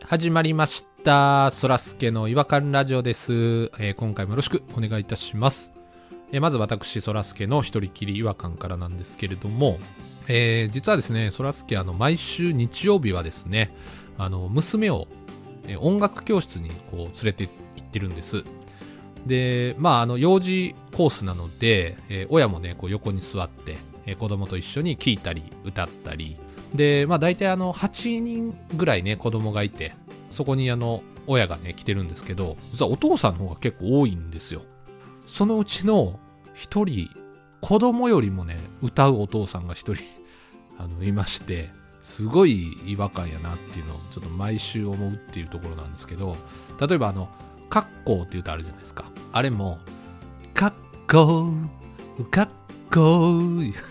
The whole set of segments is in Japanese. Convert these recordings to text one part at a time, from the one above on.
始まりました。そらすけの違和感ラジオです。今回もよろしくお願いいたします。まず私そらすけの一人きり違和感からなんですけれども、実はですね、そらすけ毎週日曜日はですね、娘を音楽教室にこう連れて行ってるんです。で、幼児コースなので、親もねこう横に座って、子供と一緒に聴いたり歌ったりで、大体8人ぐらいね子供がいて、そこに親がね来てるんですけど、実はお父さんの方が結構多いんですよ。そのうちの一人、子供よりもね歌うお父さんが一人いまして、すごい違和感やなっていうのをちょっと毎週思うっていうところなんですけど、例えばカッコーっていう歌あるじゃないですか。あれもカッコーカッコー言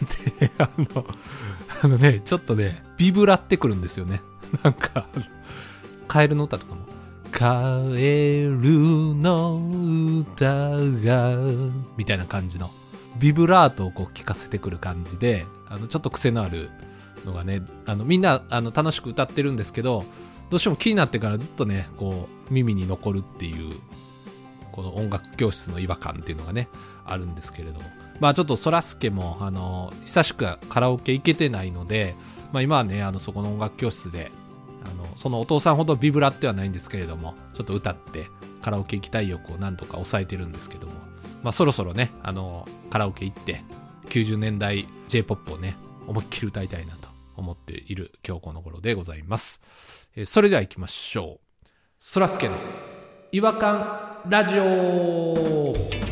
ってね、ちょっとねビブラってくるんですよね。なんかカエルの歌とかもカエルの歌がみたいな感じのビブラートをこう聞かせてくる感じで、ちょっと癖のあるのがね、みんな楽しく歌ってるんですけど、どうしても気になってからずっとねこう耳に残るっていう、この音楽教室の違和感っていうのがねあるんですけれども、ちょっとそらすけも久しくカラオケ行けてないので、今はねそこの音楽教室でそのお父さんほどビブラってはないんですけれども、ちょっと歌ってカラオケ行きたい欲を何とか抑えてるんですけども、そろそろねカラオケ行って90年代 J-POP をね思いっきり歌いたいなと思っている今日この頃でございます。それでは行きましょう。そらすけの違和感ラジオ。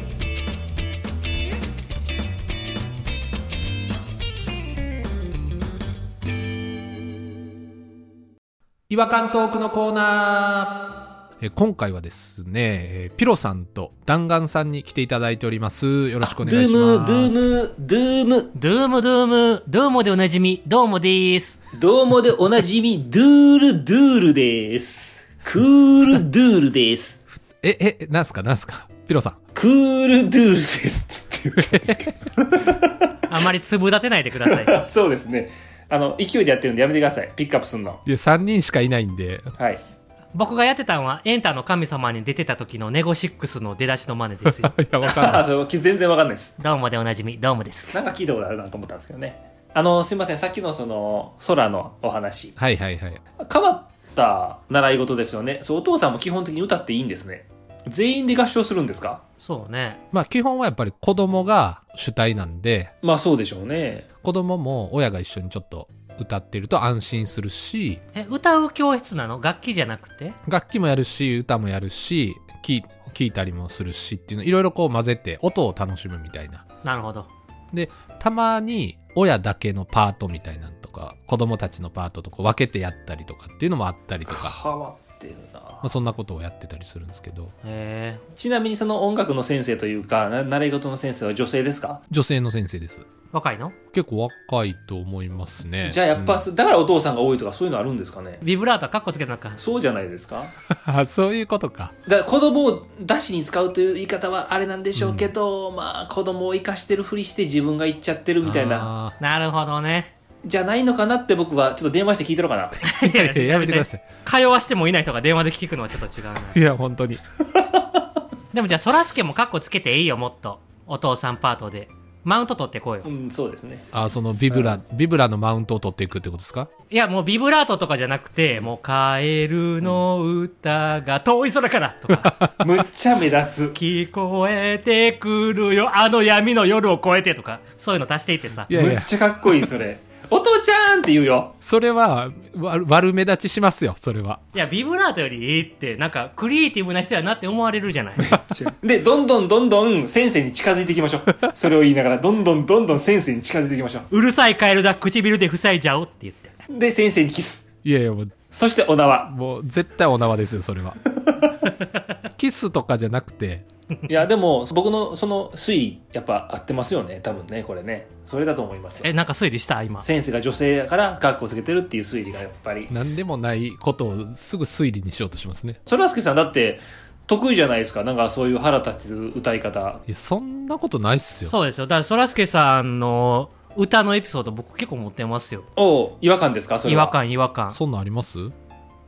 違和感トークのコーナー。今回はですね、ピロさんと弾丸さんに来ていただいております。よろしくお願いします。 ドームでおなじみどうもです。 どうもでおなじみドゥールです。クールドゥールです。 なんすかピロさん。 クールドゥールですって言うんですけどあまりつぶ立てないでください。 そうですね。勢いでやってるんでやめてください。ピックアップすんの。 いや、3人しかいないんで。 はい。 僕がやってたのはエンターの神様に出てた時のネゴシックスの出だしの真似ですよ。 いや、わかんないです。 全然わかんないです。 どうもでおなじみどうもです。 なんか聞いたことあるなと思ったんですけどね。すいません。さっきのその空のお話。 はい。 変わった習い事ですよね。そう、お父さんも基本的に歌っていいんですね。全員で合唱するんですか？ そうね。 基本はやっぱり子供が主体なんで。 そうでしょうね。 子供も親が一緒にちょっと歌ってると安心するし。 歌う教室なの？楽器じゃなくて？ 楽器もやるし、歌もやるし、聴いたりもするしっていうの、いろいろこう混ぜて音を楽しむみたいな。 なるほど。 で、たまに親だけのパートみたいなのとか、子供たちのパートとか分けてやったりとかっていうのもあったりとか。 変わってるな。 そんなことをやってたりするんですけど。 ちなみにその音楽の先生というか習い事の先生は女性ですか？ 女性の先生です。 若いの？ 結構若いと思いますね。 じゃあやっぱ、だからお父さんが多いとかそういうのあるんですかね？ ビブラートはカッコつけたのか。 そうじゃないですか？ そういうことか。 だから子供を出しに使うという言い方はあれなんでしょうけど、子供を生かしてるふりして自分が行っちゃってるみたいな。 なるほどね。 じゃないのかなって僕はちょっと電話して聞いてるかな。 いややめてください。 通わしてもいない人が電話で聞くのはちょっと違うな。 いや本当に。 でもじゃあそらすけもカッコつけていいよ、もっとお父さんパートでマウント取ってこうよ。 そうですね。 そのビブラのマウントを取っていくってことですか？ いやもうビブラートとかじゃなくて、もうカエルの歌が遠い空からとかむっちゃ目立つ。 聞こえてくるよあの闇の夜を越えてとか、そういうの足していってさ。 いやむっちゃかっこいいそれ。お父ちゃんって言うよ。 それは悪目立ちしますよ。それは。 いやビブラートよりいいって、なんかクリエイティブな人やなって思われるじゃない。 でどんどん先生に近づいていきましょう。それを言いながらどんどん先生に近づいていきましょう。 うるさいカエルだ唇で塞いじゃおうって言って、 で先生にキス。 いやもう、 そしてお縄。 もう絶対お縄ですよそれは。キスとかじゃなくて。 いやでも僕のその推理やっぱ合ってますよね、多分ね。これね、それだと思いますよ。 なんか推理した今。 先生が女性だからカッコつけてるっていう推理がやっぱり。 何でもないことをすぐ推理にしようとしますね。 そらすけさんだって得意じゃないですか、なんかそういう腹立つ歌い方。 いやそんなことないっすよ。 そうですよ。だからそらすけさんの歌のエピソード僕結構持ってますよ。 おう、違和感ですか？それは違和感。 そんなんあります？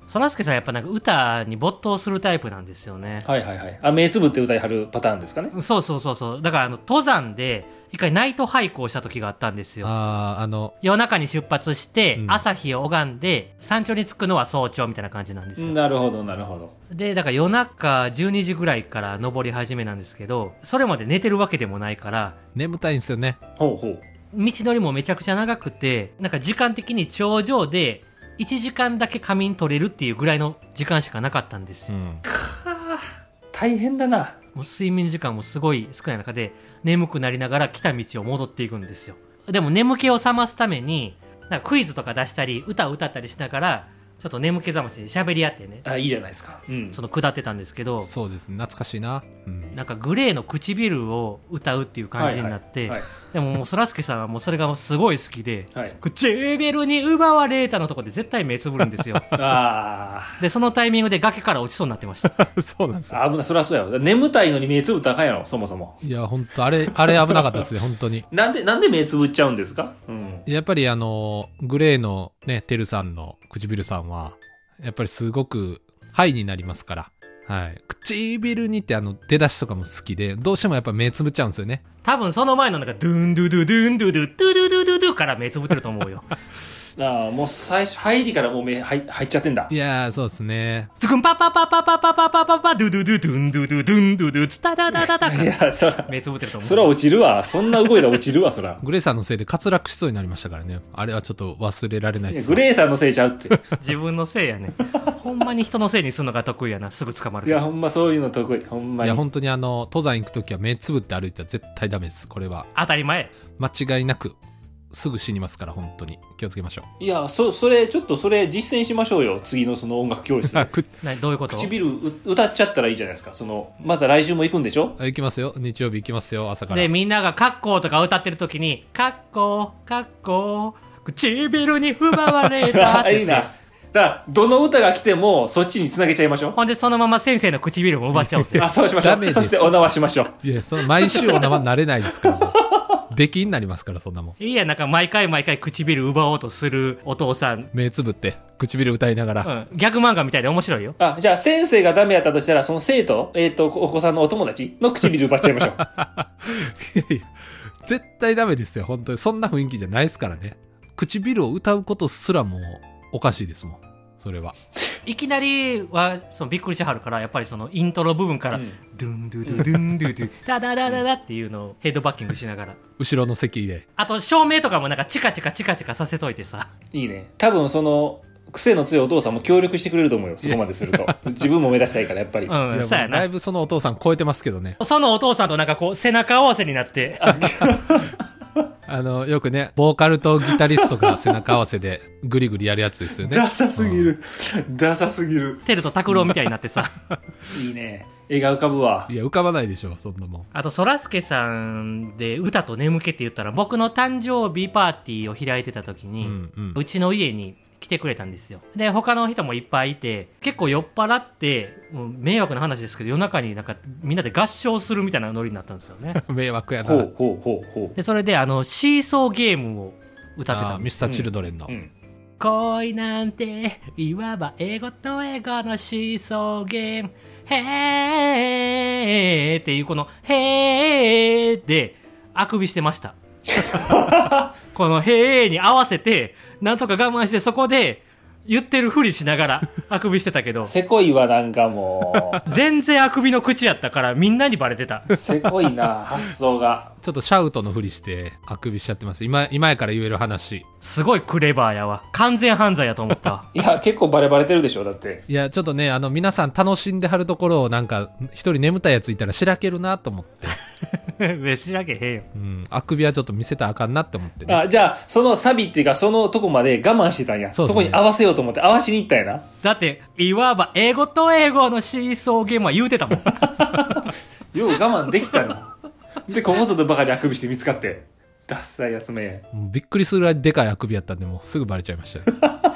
そらすけさんやっぱなんか歌に没頭するタイプなんですよね。 はいはいはい。あ、目つぶって歌いはるパターンですかね。 そうそうそうそう。だから登山で一回ナイトハイクをした時があったんですよ。夜中に出発して、朝日を拝んで山頂に着くのは早朝みたいな感じなんですよ。 なるほどなるほど。 でだから夜中12時ぐらいから登り始めなんですけど、それまで寝てるわけでもないから眠たいんですよね。 ほうほう。 道のりもめちゃくちゃ長くて、なんか時間的に頂上で1時間だけ仮眠取れるっていうぐらいの時間しかなかったんですよ。 大変だな。 もう睡眠時間もすごい少ない中で眠くなりながら来た道を戻っていくんですよ。でも眠気を覚ますためになんかクイズとか出したり歌を歌ったりしながらちょっと眠気覚ましで喋り合ってね、 あ、いいじゃないですか。うん。 その下ってたんですけど、 そうですね、懐かしいな。 なんかグレーの唇を歌うっていう感じになって、でももうそらすけさんはもうそれがすごい好きで、唇に奪われたのとこで絶対目つぶるんですよ。でそのタイミングで崖から落ちそうになってました。 そうなんですよ。 危ない、そりゃそうやわ。眠たいのに目つぶったらあかんやろ、そもそも。 いや本当あれ危なかったですね本当に。 なんで目つぶっちゃうんですか？うん。 やっぱりグレーのねてるさんの唇さんはやっぱりすごくハイになりますから。はい。唇にって出だしとかも好きで、どうしてもやっぱ目つぶっちゃうんですよね。 多分その前のなんかドゥンドゥドゥドゥンドゥドゥドゥドゥドゥドゥドゥから目つぶってると思うよ。 ああ、もう最初入りからもう目入っちゃってんだ。 いやー、そうですね。 ズクンパパパパパパパパパパドゥドゥドゥドゥンドゥドゥドゥンドゥドゥツタダダダダ。 いや、そら目つぶってると思う。 そら落ちるわ。そんな動いたら落ちるわ、そら。 グレーさんのせいで滑落しそうになりましたからね。あれはちょっと忘れられないです。 グレーさんのせいちゃうって。 自分のせいやね。ほんまに人のせいにするのが得意やな。すぐ捕まる。 いや、ほんまそういうの得意。ほんまに。 いや、本当に登山行くときは目つぶって歩いたら絶対ダメです。これは。 当たり前。 間違いなく。すぐ死にますから本当に気をつけましょう。いや、それちょっとそれ実践しましょうよ。次のその音楽教室で。 どういうこと？ 唇歌っちゃったらいいじゃないですか。また来週も行くんでしょ？ 行きますよ。日曜日行きますよ。朝から。 でみんながカッコーとか歌ってる時にカッコー唇に奪われたっていいな。だからどの歌が来てもそっちにつなげちゃいましょう。 ほんでそのまま先生の唇も奪っちゃうんですよ。 あ、そうしましょう。そしてお縄しましょう。 いや、毎週お縄なれないですから、ね。出来になりますからそんなもん。 いや、なんか毎回唇奪おうとするお父さん、 目つぶって唇歌いながら、 ギャグ漫画みたいで面白いよ。 あ、じゃあ先生がダメやったとしたらその生徒お子さんのお友達の唇奪っちゃいましょう。 いやいや絶対ダメですよ本当に。そんな雰囲気じゃないですからね。唇を歌うことすらもうおかしいですもんそれは。 いきなりはびっくりしはるから、やっぱりそのイントロ部分から、ドゥンドゥドゥドゥンドゥドゥダダダダダっていうのをヘッドバッキングしながら、 後ろの席で、 あと照明とかもなんかチカチカさせといてさ。 いいね。多分その癖の強いお父さんも協力してくれると思うよ。そこまですると自分も目指したいからやっぱり。 そうやな。 だいぶそのお父さん超えてますけどね。 そのお父さんとなんかこう背中合わせになってよくねボーカルとギタリストが背中合わせでグリグリやるやつですよね。 ダサすぎる、ダサすぎる。 テルと拓郎みたいになってさ。 いいね。絵が浮かぶわ。 いや浮かばないでしょそんなもん。 あとそらすけさんで歌と眠気って言ったら、僕の誕生日パーティーを開いてた時に、うちの家に来てくれたんですよ。で他の人もいっぱいいて、結構酔っ払ってもう迷惑な話ですけど夜中になんかみんなで合唱するみたいなノリになったんですよね。 迷惑やな。 ほう。 でそれでシーソーゲームを歌ってたんです。 ミスターチルドレンの、 恋なんていわば英語と英語のシーソーゲーム、へーっていうこのへーであくびしてました。このへーに合わせてなんとか我慢して、そこで言ってるふりしながらあくびしてたけどせこいわ。なんかもう全然あくびの口やったからみんなにバレてた。 せこいな発想が。 ちょっとシャウトのふりしてあくびしちゃってます。今やから言える話。 すごいクレバーやわ。完全犯罪やと思ったわ。 いや結構バレてるでしょだって。 いやちょっとね皆さん楽しんではるところをなんか一人眠たいやついたらしらけるなと思って。 しらけへんよ。 あくびはちょっと見せたらあかんなって思ってね。 あ、じゃあそのサビっていうかそのとこまで我慢してたんや。 そこに合わせようと思って合わしに行ったんやな。 だっていわば英語と英語のシーソーゲームは言うてたもん。 よう我慢できたな。でここぞとばかりあくびして見つかって、ダッサいやつめ。 びっくりするぐらいでかいあくびやったんでもうすぐバレちゃいました。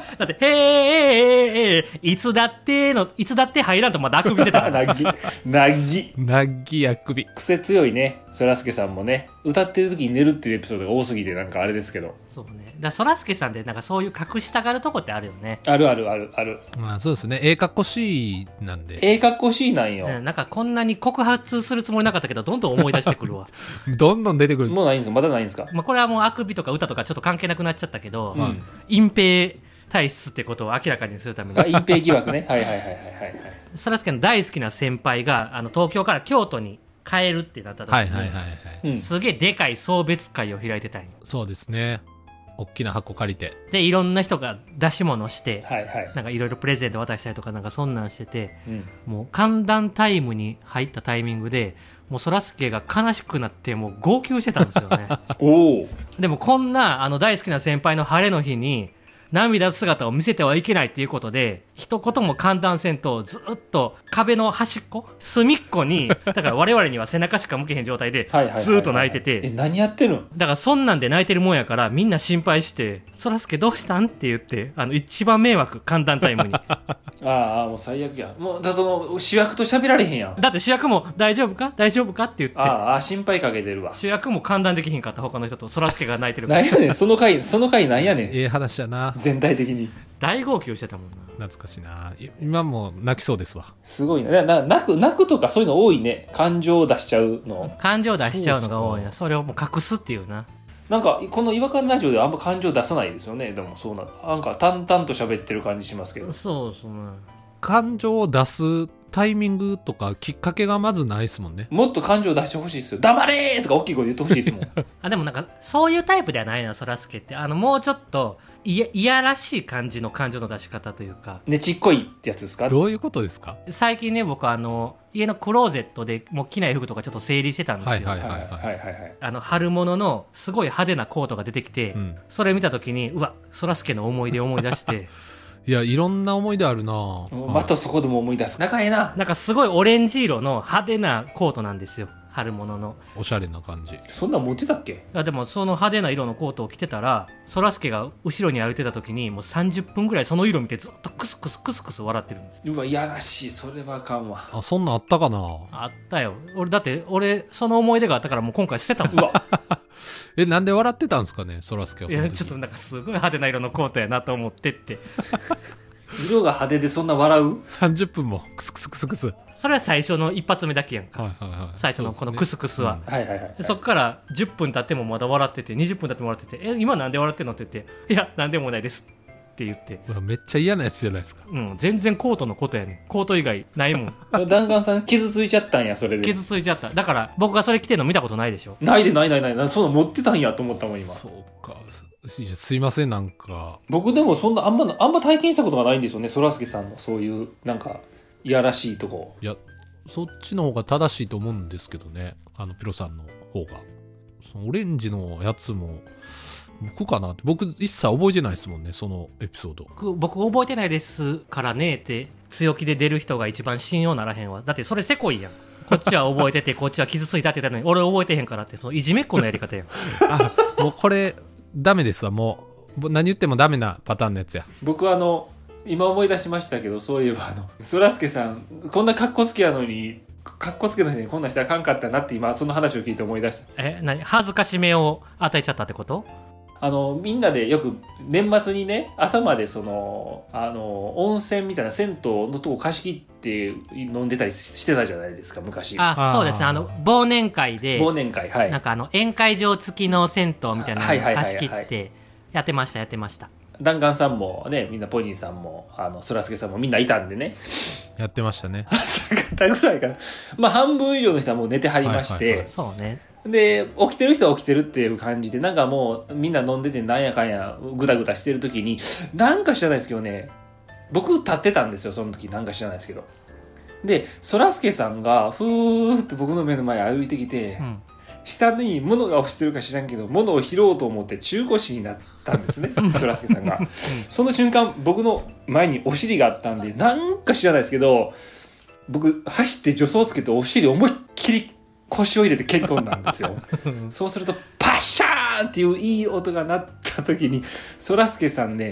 だって、へー、いつだって入らんとまだあくびしてたから。 なぎあくび。 癖強いね、そらすけさんもね。歌ってる時に寝るっていうエピソードが多すぎてなんかあれですけど。 そうね。だそらすけさんでなんかそういう隠したがるとこってあるよね。 ある。 まあそうですね。かっこしいなんで。 かっこしいなんよ。 なんかこんなに告発するつもりなかったけど、どんどん思い出してくるわ。 どんどん出てくる。 もうないんですか？まだないんですか？ まあこれはもうあくびとか歌とかちょっと関係なくなっちゃったけど、 うん、 隠蔽体質ってことを明らかにするために。 隠蔽疑惑ね。はい。 そらすけの大好きな先輩が東京から京都に帰るってなった時に、すげえでかい送別会を開いてたんよ。 そうですね。大きな箱借りて。 で、いろんな人が出し物して、 はいはい、 なんかいろいろプレゼント渡したりとかなんかそんなんしてて、もう寒暖タイムに入ったタイミングで、もうそらすけが悲しくなってもう号泣してたんですよね。 おでもこんな大好きな先輩の晴れの日に涙姿を見せてはいけないっていうことで、一言も寒暖せんとずっと壁の端っこ隅っこに、だから我々には背中しか向けへん状態でずっと泣いてて、 何やってるん？ だからそんなんで泣いてるもんやからみんな心配して、そらすけどうしたんって言って、一番迷惑、寒暖タイムに。 ああ、もう最悪や。もうだその主役と喋られへんやん。 だって主役も大丈夫かって言って、 ああ、心配かけてるわ。 主役も寒暖できひんかった、他の人とそらすけが泣いてるから。なんやねん、その回なんやねん。 話やな。 全体的に大号泣してたもんな。 懐かしいな。今も泣きそうですわ。 すごいね。泣くとかそういうの多いね。感情を出しちゃうの。 感情出しちゃうのが多いな。それをもう隠すっていうな。 なんかこの違和感ラジオではあんま感情出さないですよね。でもそうなんか淡々と喋ってる感じしますけど。 そうそう、ね、 感情を出すタイミングとかきっかけがまずないですもんね。 もっと感情出してほしいですよ。黙れーとか大きい声で言ってほしいですもん。 でもなんかそういうタイプではないな、そらすけって。もうちょっといやらしい感じの感情の出し方というか。 ねちっこいってやつですか？ どういうことですか？ 最近ね、僕家のクローゼットでもう着ない服とかちょっと整理してたんですよ。春物のすごい派手なコートが出てきて、それ見た時にうわ、そらすけの思い出を思い出して。 いや、いろんな思い出あるな。 またそこでも思い出す。仲ええな。 なんかすごいオレンジ色の派手なコートなんですよ。春物の。 おしゃれな感じ。 そんなん持ってたっけ？ いやでもその派手な色のコートを着てたら、そらすけが後ろに歩いてた時にもう30分ぐらいその色見てずっとクスクス笑ってるんです。 うわ、いやらしい。それはあかんわ。 あ、そんなんあったかな？ あったよ。俺その思い出があったからもう今回捨てたもん。 うわ。 なんで笑ってたんですかね、そらすけは。 いや、ちょっとなんかすごい派手な色のコートやなと思ってって。 色が派手でそんな笑う ?30 分もクスクスクスクス。 それは最初の一発目だけやんか。最初のこのクスクスは。そっから10分経ってもまだ笑ってて、20分経っても笑ってて、今なんで笑ってんのって言って、いや、なんでもないですって言って。 めっちゃ嫌なやつじゃないですか。 全然コートのことやねん。コート以外ないもん。 弾丸さん傷ついちゃったんや、それで。 傷ついちゃった。だから僕がそれ着てんの見たことないでしょ。 ない。そんな持ってたんやと思ったもん、今。 そうか。すいません、なんか。 僕でもそんなあんま体験したことがないんですよね、そらすけさんのそういうなんかいやらしいとこ。 いや、そっちの方が正しいと思うんですけどね、ピロさんの方が。そのオレンジのやつも僕かなって。僕一切覚えてないですもんね、そのエピソード。 僕覚えてないですからねって強気で出る人が一番信用ならへんわ。だってそれせこいやん。こっちは覚えててこっちは傷ついたって言ったのに俺覚えてへんからって、そのいじめっ子のやり方やん。 もうこれダメですわ。もう何言ってもダメなパターンのやつや。 僕今思い出しましたけど、そういえばそらすけさんこんなカッコつけやのにカッコつけの人にこんなしてあかんかったなって今その話を聞いて思い出した。 恥ずかしめを与えちゃったってこと？ みんなでよく年末にね、朝まで温泉みたいな銭湯のとこ貸し切って飲んでたりしてたじゃないですか、昔。 そうですね。忘年会で。 忘年会、はい。 なんか宴会場付きの銭湯みたいなのを貸し切ってやってました。 弾丸さんもね、みんなポニーさんも、そらすけさんもみんないたんでね。 やってましたね。 朝方ぐらいかな。まあ半分以上の人はもう寝てはりまして。 そうね。 で、起きてる人は起きてるっていう感じで、なんかもうみんな飲んでてなんやかんやぐだぐだしてる時に、なんか知らないですけどね、僕立ってたんですよ、その時。なんか知らないですけど。で、そらすけさんがふーって僕の目の前歩いてきて、下に物が落ちてるか知らんけど、物を拾おうと思って中腰になったんですね、そらすけさんが。その瞬間、僕の前にお尻があったんで、なんか知らないですけど、僕走って助走をつけてお尻思いっきり腰を入れて蹴り込んだんですよ。そうするとパッシャーンっていういい音が鳴った時に、そらすけさんね、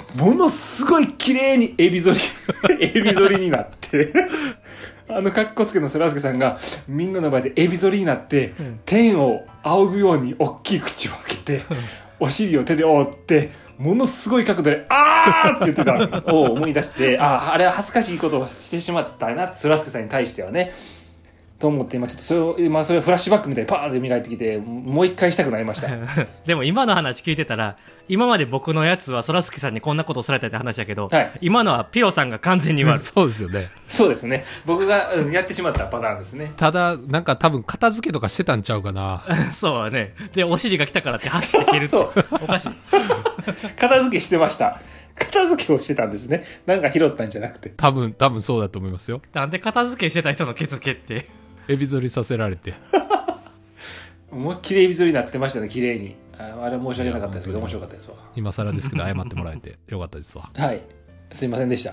ものすごい綺麗にエビ反りになってかっこつけのそらすけさんがみんなの前でエビ反りになって、天を仰ぐように大きい口を開けてお尻を手で覆ってものすごい角度であーって言ってたのを思い出して、あれは恥ずかしいことをしてしまったな、そらすけさんに対してはねと思って、今ちょっとそれをフラッシュバックみたいにパーンと蘇ってきて、もう一回したくなりましたでも今の話聞いてたら、今まで僕のやつはそらすけさんにこんなことされたって話だけど、 はい、 今のはピロさんが完全に悪いそうですよね。 そうですね、僕が、やってしまったパターンですね。 ただなんか多分片付けとかしてたんちゃうかなそうね。でお尻が来たからって走って蹴るってそうおかしい片付けしてました。片付けをしてたんですね。なんか拾ったんじゃなくて。 多分そうだと思いますよ。 なんで片付けしてた人のケツ蹴ってエビ反りさせられて思いっきりエビ反りになってましたね、綺麗に。あれ申し訳なかったですけど面白かったですわ。 今更ですけど謝ってもらえてよかったですわはい、すいませんでした。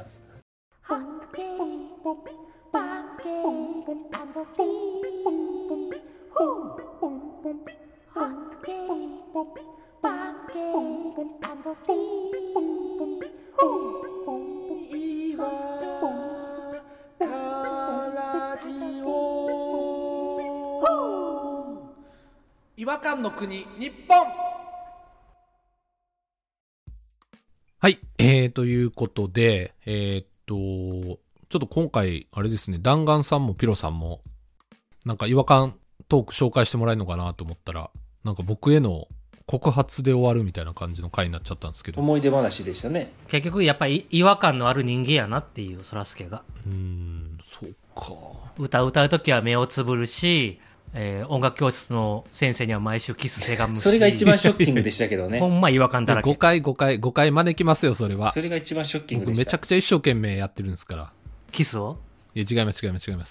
違和感の国日本。はい、ということでちょっと今回あれですね、弾丸さんもピロさんもなんか違和感トーク紹介してもらえるのかなと思ったら、なんか僕への告発で終わるみたいな感じの回になっちゃったんですけど、 思い出話でしたね。 結局やっぱり違和感のある人間やなっていうそらすけが。 そうか。 歌うときは目をつぶるし、音楽教室の先生には毎週キスせがむし、 それが一番ショッキングでしたけどねほんま違和感だらけ。 5回招きますよ、それは。 それが一番ショッキングでした。 僕めちゃくちゃ一生懸命やってるんですから。 キスを？ いや違います。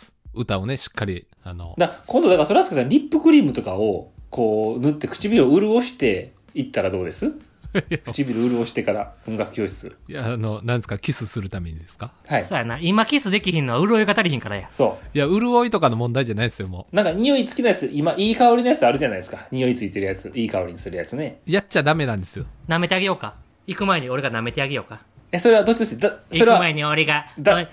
歌をねしっかり今度だからそらすけさんリップクリームとかをこう塗って唇を潤していったらどうです？唇潤してから音楽教室。 いやなんですか、キスするためにですか？ はい。 そうやな、今キスできひんのは潤いが足りひんからや。 そう。 いや潤いとかの問題じゃないですよ。もなんか匂い付きのやつ、今いい香りのやつあるじゃないですか。匂いついてるやつ、いい香りにするやつね。 うやっちゃダメなんですよ。 舐めてあげようか。行く前に俺が舐めてあげようか。 それはどっちです？そ行くれは前に俺が僕が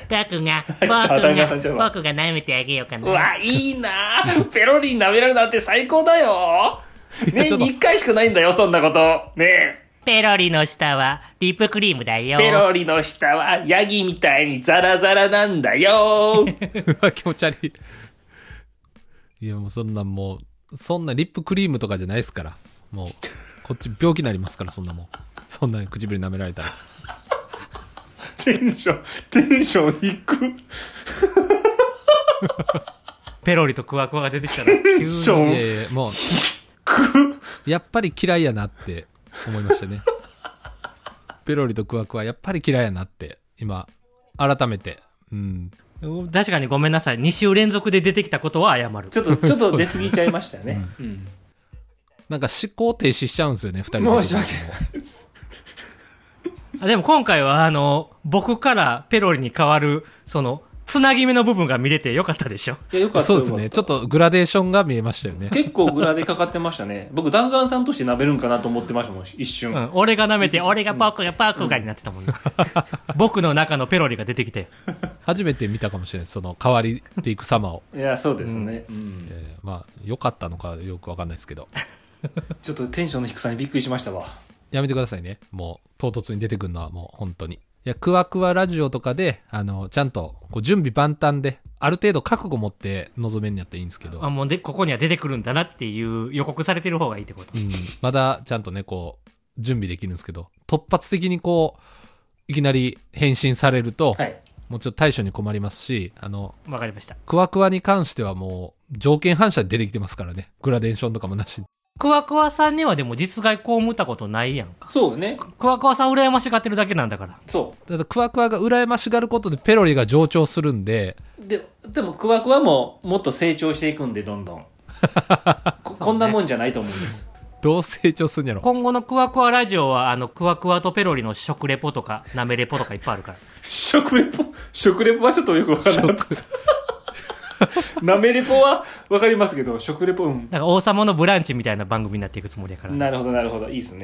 舐めてあげようかな。 うわいいなペロリに舐められるなんて最高だよ。年に1回しかないんだよそんなことねえ。 ペロリの下はリップクリームだよ。 ペロリの下はヤギみたいにザラザラなんだよ。 気持ち悪い。いやもうそんなリップクリームとかじゃないですから、もうこっち病気になりますから、そんなそんな唇舐められたらテンション低く。 ペロリとクワクワが出てきたらテンションいやもうやっぱり嫌いやなって思いましたね。ペロリとクワクワやっぱり嫌いやなって今改めて。 確かにごめんなさい。2週連続で出てきたことは謝る。 ちょっと出過ぎちゃいましたね。 なんか思考停止しちゃうんですよね、2人で。 申し訳ないです。 でも今回は僕からペロリに変わるつなぎ目の部分が見れてよかったでしょ。 いやよかった。 そうですね。ちょっとグラデーションが見えましたよね。 結構グラでかかってましたね。僕弾丸さんとして舐めるんかなと思ってましたもん一瞬。 俺が舐めて俺が僕がパクがになってたもんね。僕の中のペロリが出てきて。 初めて見たかもしれない、その変わりていく様を。 いやそうですね。 まあ良かったのかよくわかんないですけど。 ちょっとテンションの低さにびっくりしましたわ。 やめてくださいね。もう唐突に出てくるのはもう本当に。いや、クワクワラジオとかで、ちゃんとこう準備万端で、ある程度覚悟持って臨めんやったらいいんですけど。 もうここには出てくるんだなっていう予告されてる方がいいってこと。 まだちゃんとね、こう、準備できるんですけど、突発的にこう、いきなり返信されると、 はい、 もうちょっと対処に困りますし、 わかりました。 クワクワに関してはもう、条件反射で出てきてますからね。グラデーションとかもなし。 クワクワさんにはでも実害被ったことないやんか。 そうね。 クワクワさん羨ましがってるだけなんだから。 そう。 ただクワクワが羨ましがることでペロリが上長するんで。 でもクワクワももっと成長していくんで、どんどん。こんなもんじゃないと思うんです。 どう成長するんやろ。 今後のクワクワラジオはクワクワとペロリの食レポとかなめレポとかいっぱいあるから。 食レポはちょっとよくわからなかったです。なめレポはわかりますけど、食レポ、 なんか王様のブランチみたいな番組になっていくつもりやから。 なるほど、いいっすね。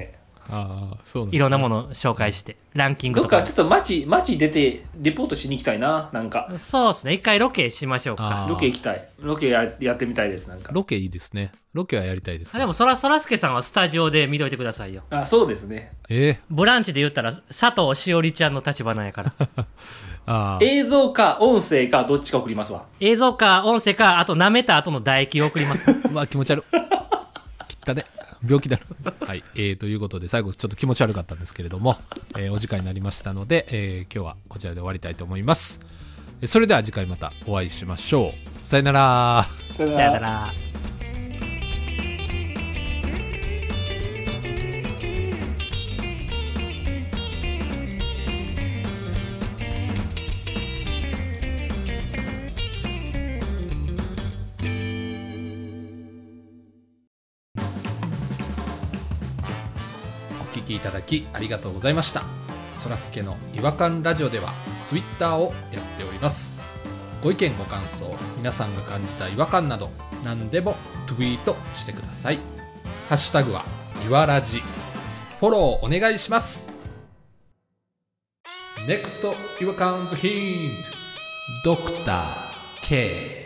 ああ、そうなんですね。 いろんなものを紹介して、ランキングとか。 どっかちょっと街出てリポートしに行きたいな、なんか。 そうですね。一回ロケしましょうか。 ロケ行きたい。ロケやってみたいです、なんか。 ロケいいですね。ロケはやりたいです。 でも、そらすけさんはスタジオで見といてくださいよ。 あ、そうですね。 ブランチで言ったら、佐藤しおりちゃんの立花やから。 映像か音声かどっちか送りますわ。 映像か音声か、あと舐めた後の唾液を送ります。 うわ、気持ち悪い。切ったね。病気だろ。はい。ということで、最後ちょっと気持ち悪かったんですけれども、お時間になりましたので、今日はこちらで終わりたいと思います。それでは次回またお会いしましょう。さよなら。 さよなら。 お聞きいただきありがとうございました。そらすけの違和感ラジオではツイッターをやっております。ご意見ご感想、皆さんが感じた違和感など何でもツイートしてください。ハッシュタグはいわらじ。フォローお願いします。 NEXT 違和感ズヒントドクター K